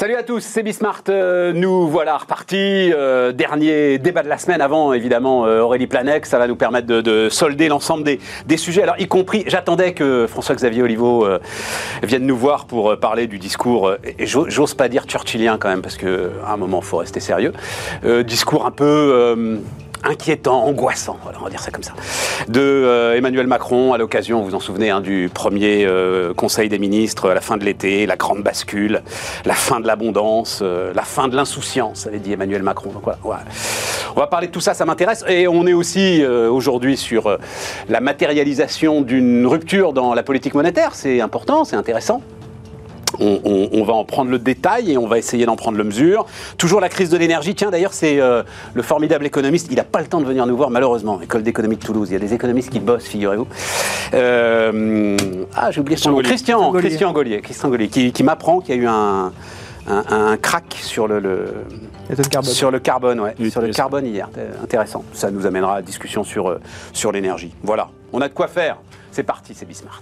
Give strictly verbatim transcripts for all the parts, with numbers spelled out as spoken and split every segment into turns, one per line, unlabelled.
Salut à tous, c'est Bismart. Euh, nous voilà repartis. Euh, dernier débat de la semaine avant, évidemment, euh, Aurélie Planec. Ça va nous permettre de, de solder l'ensemble des, des sujets. Alors, y compris, j'attendais que François-Xavier Oliveau euh, vienne nous voir pour euh, parler du discours, euh, et j'ose pas dire churchillien quand même, parce qu'à un moment, il faut rester sérieux. Euh, discours un peu... Euh, inquiétant, angoissant, voilà, on va dire ça comme ça, de euh, Emmanuel Macron à l'occasion, vous vous en souvenez, hein, du premier euh, Conseil des ministres à la fin de l'été, la grande bascule, la fin de l'abondance, euh, la fin de l'insouciance, avait dit Emmanuel Macron. Donc voilà, voilà. On va parler de tout ça, ça m'intéresse, et on est aussi euh, aujourd'hui sur euh, la matérialisation d'une rupture dans la politique monétaire, c'est important, c'est intéressant. On, on, on va en prendre le détail et on va essayer d'en prendre la mesure. Toujours la crise de l'énergie. Tiens, d'ailleurs, c'est euh, le formidable économiste. Il n'a pas le temps de venir nous voir, malheureusement. École d'économie de Toulouse. Il y a des économistes qui bossent, figurez-vous. Euh, ah, j'ai oublié son nom. Christian, Christian Gaulier. Christian Gaulier, qui, qui m'apprend qu'il y a eu un, un, un crack sur le, le,
carbone.
sur le carbone, ouais,
oui,
sur le carbone hier. Intéressant. Ça nous amènera à la discussion sur, euh, sur l'énergie. Voilà. On a de quoi faire. C'est parti, c'est Bismart.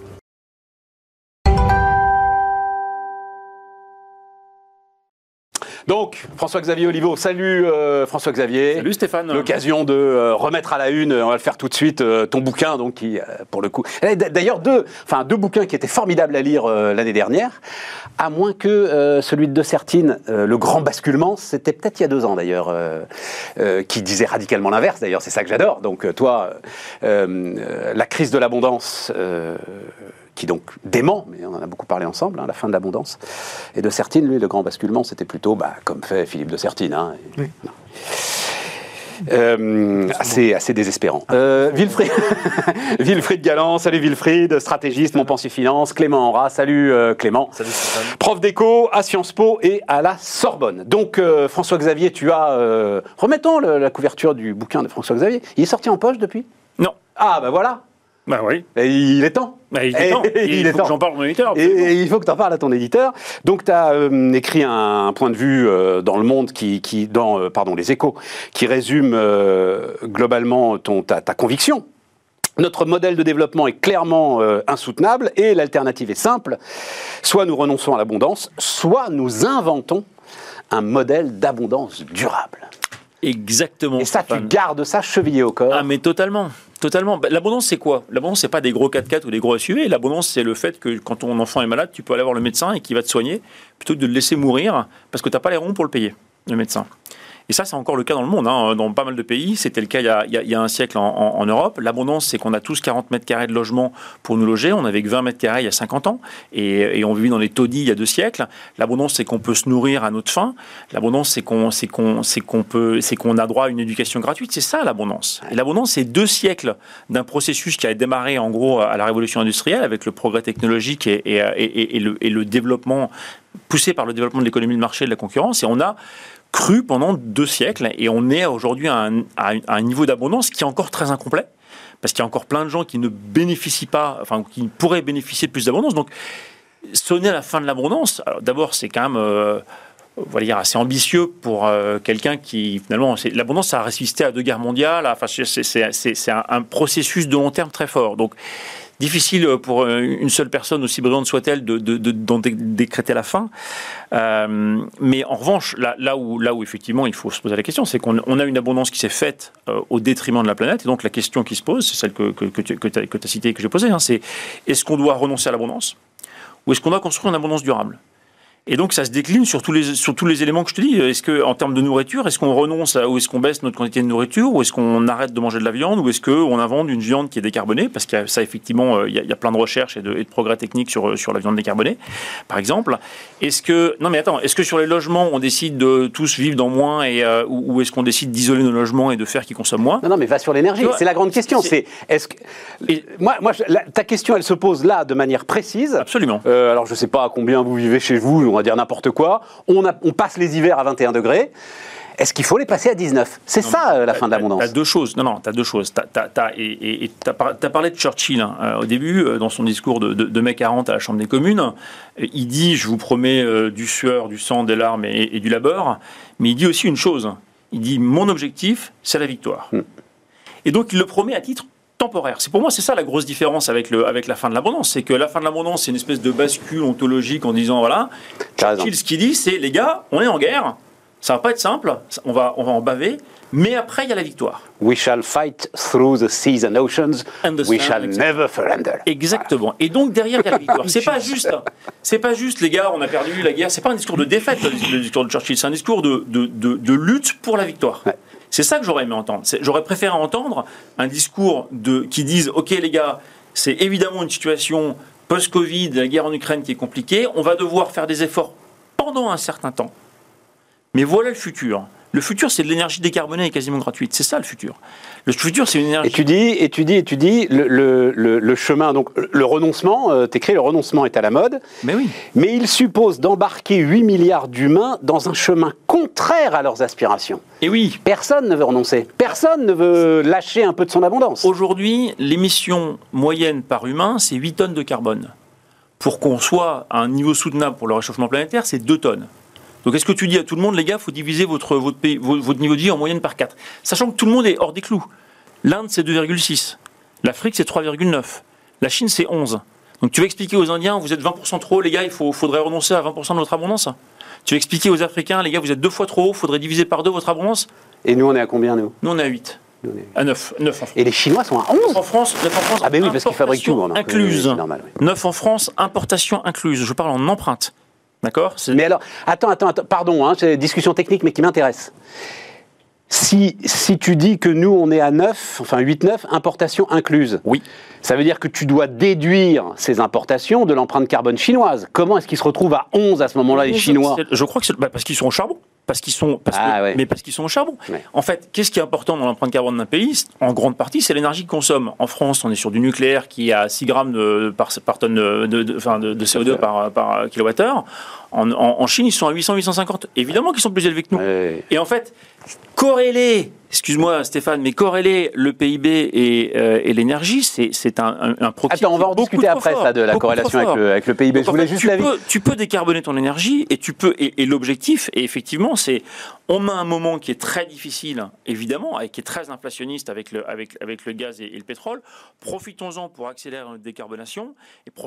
Donc, François-Xavier Oliveau, salut euh, François-Xavier.
Salut Stéphane.
L'occasion de euh, remettre à la une, on va le faire tout de suite, euh, ton bouquin, donc qui, euh, pour le coup... D'ailleurs, deux, enfin, deux bouquins qui étaient formidables à lire euh, l'année dernière, à moins que euh, celui de De Sertine, euh, Le Grand Basculement, c'était peut-être il y a deux ans d'ailleurs, euh, euh, qui disait radicalement l'inverse, d'ailleurs, c'est ça que j'adore. Donc euh, toi, euh, euh, La crise de l'abondance... Euh, qui donc dément, mais on en a beaucoup parlé ensemble, hein, la fin de l'abondance. Et De Sertine, lui, le grand basculement, c'était plutôt, bah, comme fait Philippe De Sertine. Hein, et,
oui.
euh, assez, assez désespérant. Euh, Wilfried, Wilfried Galland, salut Wilfried, stratégiste, Montpensier Finance, Clément Henrat, salut euh, Clément.
Salut Stéphane.
Prof d'éco à Sciences Po et à la Sorbonne. Donc euh, François-Xavier, tu as... Euh, remettons le, la couverture du bouquin de François-Xavier. Il est sorti en poche depuis ?
Non.
Ah, ben voilà.
Bah oui.
Et il est temps.
Bah, il est temps.
Et,
il,
il
il
est
faut
temps.
que j'en parle à mon éditeur.
Et, et il faut que tu en parles à ton éditeur. Donc tu as euh, écrit un, un point de vue euh, dans Le Monde, qui, qui dans euh, pardon, Les Échos, qui résume euh, globalement ton, ta, ta conviction. Notre modèle de développement est clairement euh, insoutenable et l'alternative est simple. Soit nous renonçons à l'abondance, soit nous inventons un modèle d'abondance durable.
Exactement.
Et ça,
Stéphane.
tu gardes ça chevillé au corps.
Ah, mais totalement. Totalement. Bah, l'abondance, c'est quoi ? L'abondance, c'est pas des gros quatre-quatre ou des gros S U V. L'abondance, c'est le fait que quand ton enfant est malade, tu peux aller voir le médecin et qu'il va te soigner plutôt que de le laisser mourir parce que tu n'as pas les ronds pour le payer, le médecin. Et ça, c'est encore le cas dans le monde, hein. Dans pas mal de pays. C'était le cas il y a, il y a, il y a un siècle en, en, en Europe. L'abondance, c'est qu'on a tous quarante mètres carrés de logement pour nous loger. On avait que vingt mètres carrés il y a cinquante ans. Et, et on vivait dans les taudis il y a deux siècles. L'abondance, c'est qu'on peut se nourrir à notre faim. L'abondance, c'est qu'on, c'est qu'on, c'est qu'on peut, c'est qu'on a droit à une éducation gratuite. C'est ça, l'abondance. Et l'abondance, c'est deux siècles d'un processus qui a démarré, en gros, à la révolution industrielle avec le progrès technologique et, et, et, et, le, et le développement poussé par le développement de l'économie de marché et de la concurrence. Et on a cru pendant deux siècles et on est aujourd'hui à un, à un niveau d'abondance qui est encore très incomplet parce qu'il y a encore plein de gens qui ne bénéficient pas, enfin qui pourraient bénéficier de plus d'abondance. Donc sonner à la fin de l'abondance, alors d'abord c'est quand même euh, on va dire assez ambitieux pour euh, quelqu'un qui finalement c'est, l'abondance ça a résisté à deux guerres mondiales, enfin c'est, c'est, c'est, c'est un, un processus de long terme très fort. Donc difficile pour une seule personne, aussi brillante soit-elle, de, de, de, d'en décréter la fin. Euh, mais en revanche, là, là, où, là où effectivement il faut se poser la question, c'est qu'on on a une abondance qui s'est faite euh, au détriment de la planète. Et donc la question qui se pose, c'est celle que, que, que tu que as citée et que j'ai posée, hein, c'est est-ce qu'on doit renoncer à l'abondance ou est-ce qu'on doit construire une abondance durable ? Et donc, ça se décline sur tous les, sur tous les éléments que je te dis. Est-ce que, en termes de nourriture, est-ce qu'on renonce à, ou est-ce qu'on baisse notre quantité de nourriture, ou est-ce qu'on arrête de manger de la viande, ou est-ce qu'on invente une viande qui est décarbonée, parce qu'il y a ça, effectivement, il y a, il y a plein de recherches et de, et de progrès techniques sur, sur la viande décarbonée, par exemple. Est-ce que, non mais attends, est-ce que sur les logements, on décide de tous vivre dans moins, et, euh, ou, ou est-ce qu'on décide d'isoler nos logements et de faire qu'ils consomment moins ?
Non, non, mais va sur l'énergie. C'est la grande question. C'est, c'est est-ce que, et, moi, moi, la, ta question, elle se pose là de manière précise.
Absolument.
Euh, alors, je sais pas à combien vous vivez chez vous, on va dire n'importe quoi. On, a, on passe les hivers à vingt et un degrés. Est-ce qu'il faut les passer à dix-neuf ? C'est non, ça, la fin de l'abondance.
Tu as deux choses. Non, non, tu as deux choses. T'as, t'as, t'as, et tu as parlé de Churchill hein, euh, au début, euh, dans son discours de, de, de mai quarante à la Chambre des communes. Euh, il dit, je vous promets euh, du sueur, du sang, des larmes et, et du labeur. Mais il dit aussi une chose. Il dit, mon objectif, c'est la victoire. Hmm. Et donc, il le promet à titre temporaire. C'est pour moi, c'est ça la grosse différence avec, le, avec la fin de l'abondance. C'est que la fin de l'abondance, c'est une espèce de bascule ontologique en disant, voilà, Churchill, ce qu'il dit, c'est, les gars, on est en guerre, ça va pas être simple, on va, on va en baver, mais après, il y a la victoire.
We shall fight through the seas and oceans, we shall never surrender.
Exactement. Et donc, derrière, il y a la victoire. C'est pas juste, c'est pas juste, les gars, on a perdu la guerre, c'est pas un discours de défaite, le discours de Churchill, c'est un discours de, de, de, de lutte pour la victoire. Ouais. C'est ça que j'aurais aimé entendre. J'aurais préféré entendre un discours de, qui dise « Ok les gars, c'est évidemment une situation post-Covid, la guerre en Ukraine qui est compliquée, on va devoir faire des efforts pendant un certain temps. Mais voilà le futur. Le futur, c'est de l'énergie décarbonée et quasiment gratuite. C'est ça le futur. Le futur, c'est une énergie...
Et tu dis, et tu dis, et tu dis le, le, le, le chemin, donc le renoncement, euh, t'écris le renoncement est à la mode.
Mais oui.
Mais il suppose d'embarquer huit milliards d'humains dans un chemin contraire à leurs aspirations.
Et oui.
Personne ne veut renoncer. Personne ne veut lâcher un peu de son abondance.
Aujourd'hui, l'émission moyenne par humain, c'est huit tonnes de carbone. Pour qu'on soit à un niveau soutenable pour le réchauffement planétaire, c'est deux tonnes. Donc est-ce que tu dis à tout le monde, les gars, il faut diviser votre, votre, pays, votre niveau de vie en moyenne par quatre, sachant que tout le monde est hors des clous. L'Inde, c'est deux virgule six. L'Afrique, c'est trois virgule neuf. La Chine, c'est onze. Donc tu vas expliquer aux Indiens, vous êtes vingt pour cent trop haut, les gars, il faut, faudrait renoncer à vingt pour cent de votre abondance. Tu vas expliquer aux Africains, les gars, vous êtes deux fois trop haut, il faudrait diviser par deux votre abondance.
Et nous, on est à combien, nous?
Nous, on est à huit. Nous, on est... À neuf. neuf en France.
Et les Chinois sont à onze?
En France, neuf en France.
Ah ben oui, parce qu'ils fabriquent tout.
Importation incluse.
Normal, oui.
neuf en France, importation incluse. Je parle en empreinte. D'accord ?
Mais alors, attends, attends, attends pardon, hein, c'est une discussion technique, mais qui m'intéresse. Si, si tu dis que nous, on est à neuf, enfin huit neuf, importation incluse,
oui.
Ça veut dire que tu dois déduire ces importations de l'empreinte carbone chinoise. Comment est-ce qu'ils se retrouvent à onze à ce moment-là, les Chinois?
Je crois que c'est bah, parce qu'ils sont au charbon. Parce qu'ils sont, parce
ah,
que,
ouais.
Mais parce qu'ils sont au charbon.
Ouais.
En fait, qu'est-ce qui est important dans l'empreinte carbone d'un pays? En grande partie, c'est l'énergie qu'ils consomment. En France, on est sur du nucléaire qui a six grammes de, par, par tonne de, de, de, enfin de, de C O deux par, par kilowattheure. En, en, en Chine, ils sont à huit cents, huit cent cinquante. Évidemment qu'ils sont plus élevés que nous.
Ouais.
Et en fait, corréler, excuse-moi Stéphane, mais corréler le P I B et, euh, et l'énergie, c'est, c'est un, un, un proxy.
Attends, on va en discuter après
fort,
ça, de la corrélation avec le, avec le P I B.
Donc,
je voulais
en fait,
juste
tu
la vie.
Peux, tu peux décarboner ton énergie et tu peux et, et l'objectif, et effectivement, c'est on a un moment qui est très difficile, évidemment, et qui est très inflationniste avec le, avec, avec le gaz et, et le pétrole. Profitons-en pour accélérer notre décarbonation et